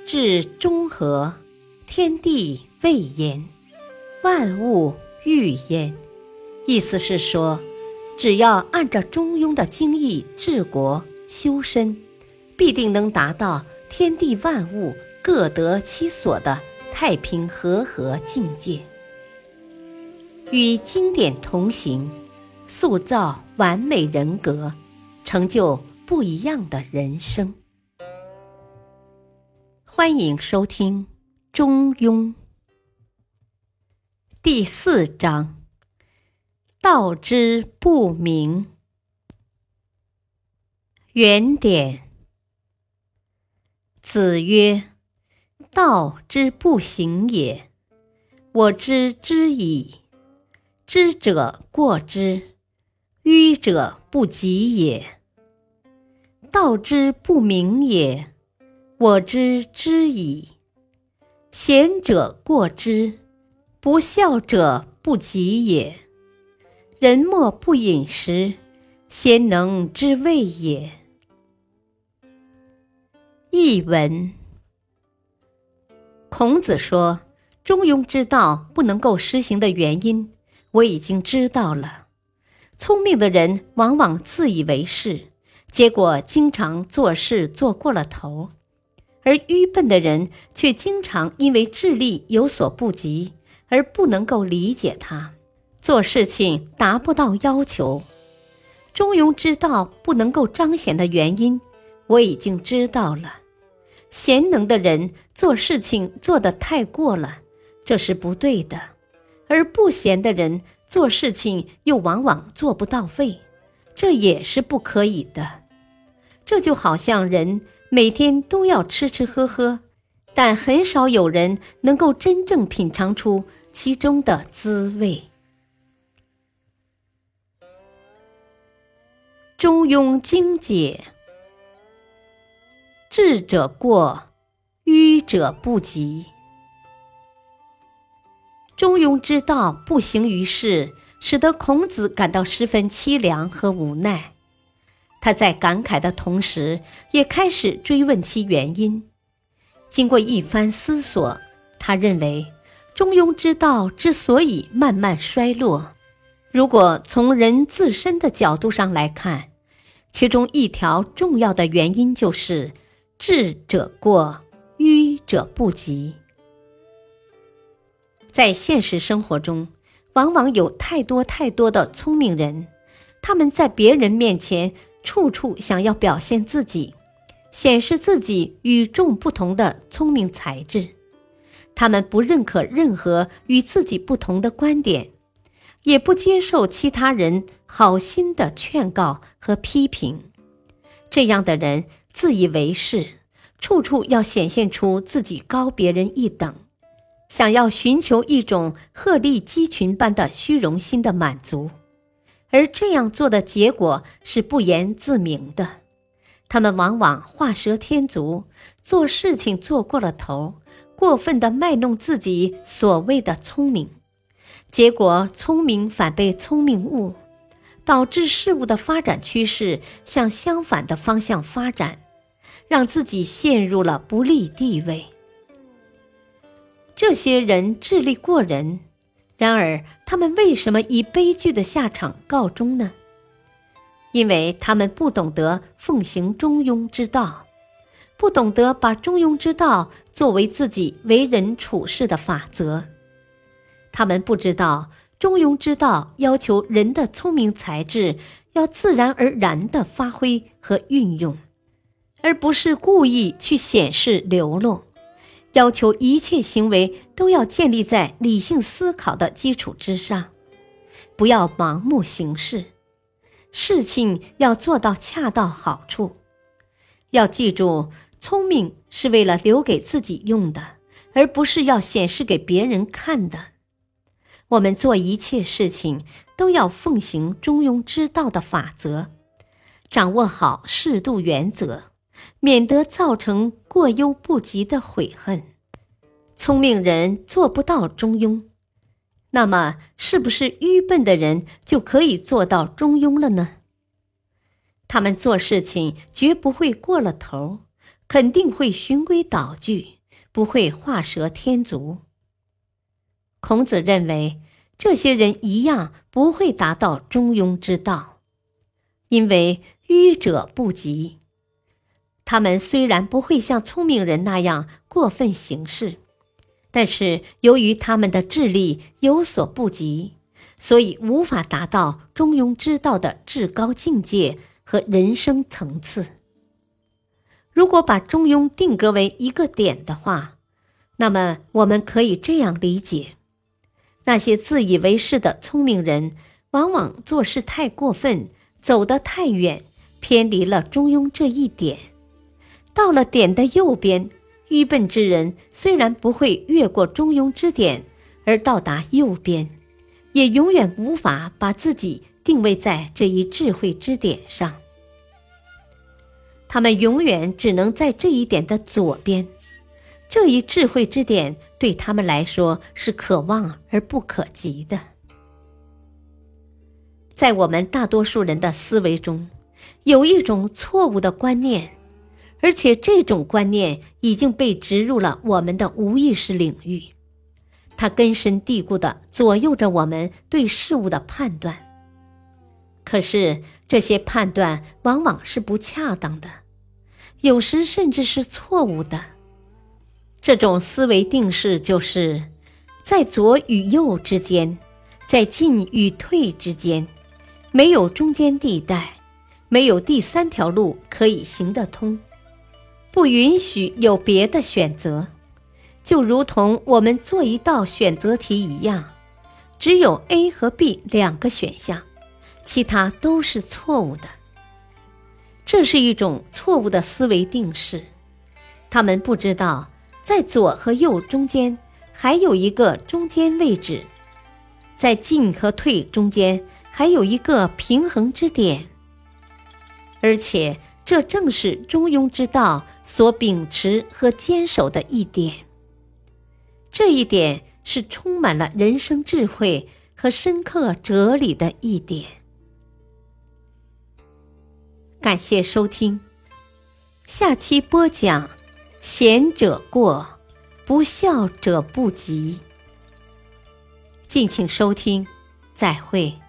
至中和，天地未焉，万物欲焉。意思是说，只要按照中庸的精义治国修身，必定能达到天地万物各得其所的太平和合境界。与经典同行，塑造完美人格，成就不一样的人生。欢迎收听中庸第4章，道之不明。原典：子曰：道之不行也，我知之矣。知者过之，迂者不及也。道之不明也，我知之矣。贤者过之，不孝者不及也。人莫不饮食，先能知味也。译文：孔子说，中庸之道不能够施行的原因，我已经知道了。聪明的人往往自以为是，结果经常做事做过了头，而愚笨的人却经常因为智力有所不及，而不能够理解它，做事情达不到要求。中庸之道不能够彰显的原因，我已经知道了。贤能的人做事情做得太过了，这是不对的，而不贤的人做事情又往往做不到位，这也是不可以的。这就好像人每天都要吃吃喝喝，但很少有人能够真正品尝出其中的滋味。中庸精解：智者过，迂者不及。中庸之道不行于世，使得孔子感到十分凄凉和无奈。他在感慨的同时，也开始追问其原因。经过一番思索，他认为中庸之道之所以慢慢衰落，如果从人自身的角度上来看，其中一条重要的原因就是智者过，迂者不及。在现实生活中，往往有太多的聪明人，他们在别人面前处处想要表现自己，显示自己与众不同的聪明才智。他们不认可任何与自己不同的观点，也不接受其他人好心的劝告和批评。这样的人自以为是，处处要显现出自己高别人一等，想要寻求一种鹤立鸡群般的虚荣心的满足，而这样做的结果是不言自明的。他们往往画蛇添足，做事情做过了头，过分地卖弄自己所谓的聪明，结果聪明反被聪明误，导致事物的发展趋势向相反的方向发展，让自己陷入了不利地位。这些人智力过人，然而他们为什么以悲剧的下场告终呢？因为他们不懂得奉行中庸之道，不懂得把中庸之道作为自己为人处事的法则。他们不知道中庸之道要求人的聪明才智要自然而然地发挥和运用，而不是故意去显示流露，要求一切行为都要建立在理性思考的基础之上，不要盲目行事，事情要做到恰到好处。要记住，聪明是为了留给自己用的，而不是要显示给别人看的。我们做一切事情都要奉行中庸之道的法则，掌握好适度原则，免得造成过犹不及的悔恨。聪明人做不到中庸，那么是不是愚笨的人就可以做到中庸了呢？他们做事情绝不会过了头，肯定会循规蹈矩， 不会画蛇添足。孔子认为，这些人一样不会达到中庸之道，因为愚者不及。他们虽然不会像聪明人那样过分行事，但是由于他们的智力有所不及，所以无法达到中庸之道的至高境界和人生层次。如果把中庸定格为一个点的话，那么我们可以这样理解：那些自以为是的聪明人，往往做事太过分，走得太远，偏离了中庸这一点。到了点的右边，愚笨之人虽然不会越过中庸之点而到达右边，也永远无法把自己定位在这一智慧之点上。他们永远只能在这一点的左边，这一智慧之点对他们来说是可望而不可及的。在我们大多数人的思维中，有一种错误的观念，而且这种观念已经被植入了我们的无意识领域，它根深蒂固地左右着我们对事物的判断。可是这些判断往往是不恰当的，有时甚至是错误的。这种思维定式就是在左与右之间，在进与退之间，没有中间地带，没有第三条路可以行得通，不允许有别的选择。就如同我们做一道选择题一样，只有 A 和 B 两个选项，其他都是错误的。这是一种错误的思维定式，他们不知道在左和右中间还有一个中间位置，在进和退中间还有一个平衡之点，而且这正是中庸之道所秉持和坚守的一点。这一点是充满了人生智慧和深刻哲理的一点。感谢收听，下期播讲贤者过，不孝者不及。敬请收听，再会。